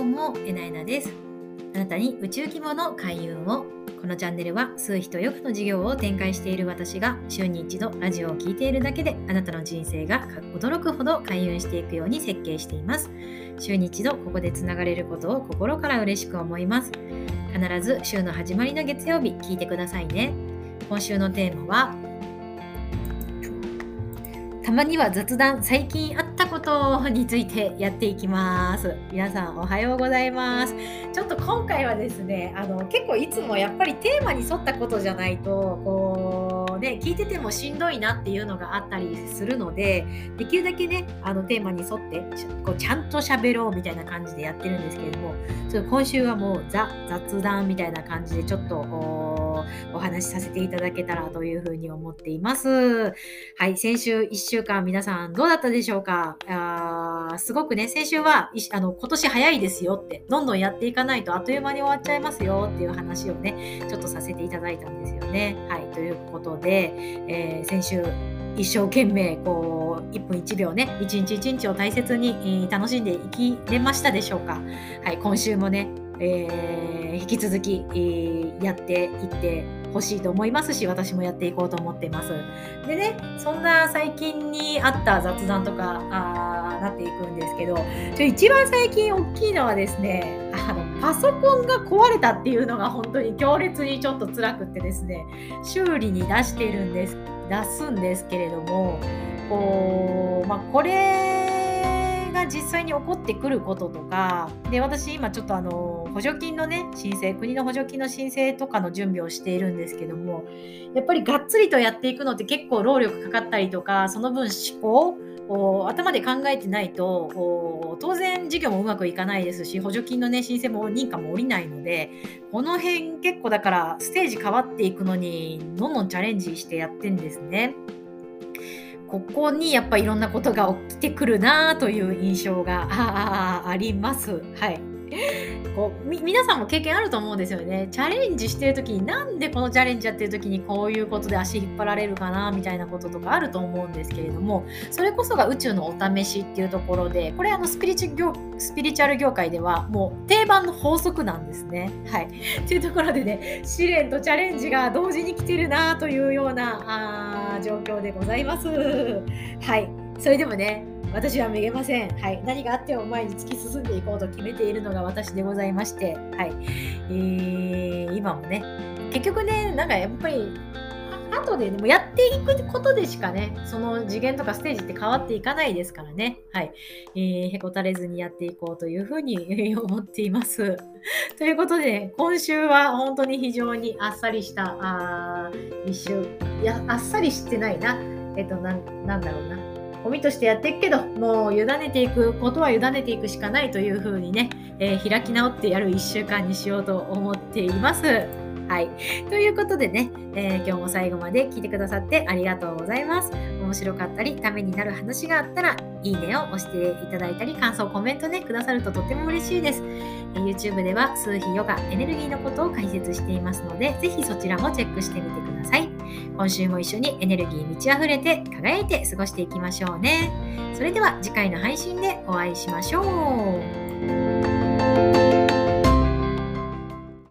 うもえなえなです。あなたに宇宙規模の開運を。このチャンネルは数秘と欲の事業を展開している私が週に一度ラジオを聞いているだけであなたの人生が驚くほど開運していくように設計しています。週に一度ここでつながれることを心から嬉しく思います。必ず週の始まりの月曜日聞いてくださいね。今週のテーマはたまには雑談、最近あったことについてやっていきます。皆さんおはようございます。ちょっと今回はですね、結構いつもやっぱりテーマに沿ったことじゃないと聞いててもしんどいなっていうのがあったりするので、できるだけねテーマに沿ってちゃんと喋ろうみたいな感じでやってるんですけれども、今週はもう雑談みたいな感じでちょっとお話しさせていただけたらというふうに思っています。はい、先週1週間皆さんどうだったでしょうか。すごくね、先週は今年早いですよって、どんどんやっていかないとあっという間に終わっちゃいますよっていう話をねちょっとさせていただいたんですよね。はい、ということで、先週一生懸命1分1秒ね、一日一日を大切に、楽しんでいきれましたでしょうか。はい、今週もね、引き続き、やっていってほしいと思いますし、私もやっていこうと思っています。でね、そんな最近にあった雑談とかなっていくんですけど、一番最近大きいのはですね、パソコンが壊れたっていうのが本当に強烈にちょっと辛くってですね、修理に出すんですけれども、これが実際に起こってくることとかで、私今ちょっと補助金のね申請、国の補助金の申請とかの準備をしているんですけども、やっぱりがっつりとやっていくのって結構労力かかったりとか、その分思考を頭で考えてないと当然事業もうまくいかないですし、補助金のね申請も認可も下りないので、この辺結構だからステージ変わっていくのにどんどんチャレンジしてやってんですね。ここにやっぱいろんなことが起きてくるなという印象があります。はい。皆さんも経験あると思うんですよね。チャレンジしてる時に、なんでこのチャレンジやってる時にこういうことで足引っ張られるかなみたいなこととかあると思うんですけれども、それこそが宇宙のお試しっていうところで、これスピリチュアル業界ではもう定番の法則なんですね。はい。というところでね、試練とチャレンジが同時に来てるなというような状況でございます。はい。それでもね、私はめげません。はい、何があっても前に突き進んでいこうと決めているのが私でございまして、はい、今もね、結局ね、なんかやっぱり後でもやっていくことでしかね、その次元とかステージって変わっていかないですからね。はい、へこたれずにやっていこうというふうに思っています。ということで、今週は本当に非常にあっさりした一週、いやあっさりしてないな。なんだろうな。ゴミとしてやっていくけど、もう委ねていくことは委ねていくしかないという風にね、開き直ってやる1週間にしようと思っています。はい。ということでね、今日も最後まで聞いてくださってありがとうございます。面白かったり、ためになる話があったら、いいねを押していただいたり、感想、コメントね、くださるととっても嬉しいです。YouTube では数秘ヨガ、エネルギーのことを解説していますので、ぜひそちらもチェックしてみてください。今週も一緒にエネルギー満ち溢れて輝いて過ごしていきましょうね。それでは次回の配信でお会いしましょう。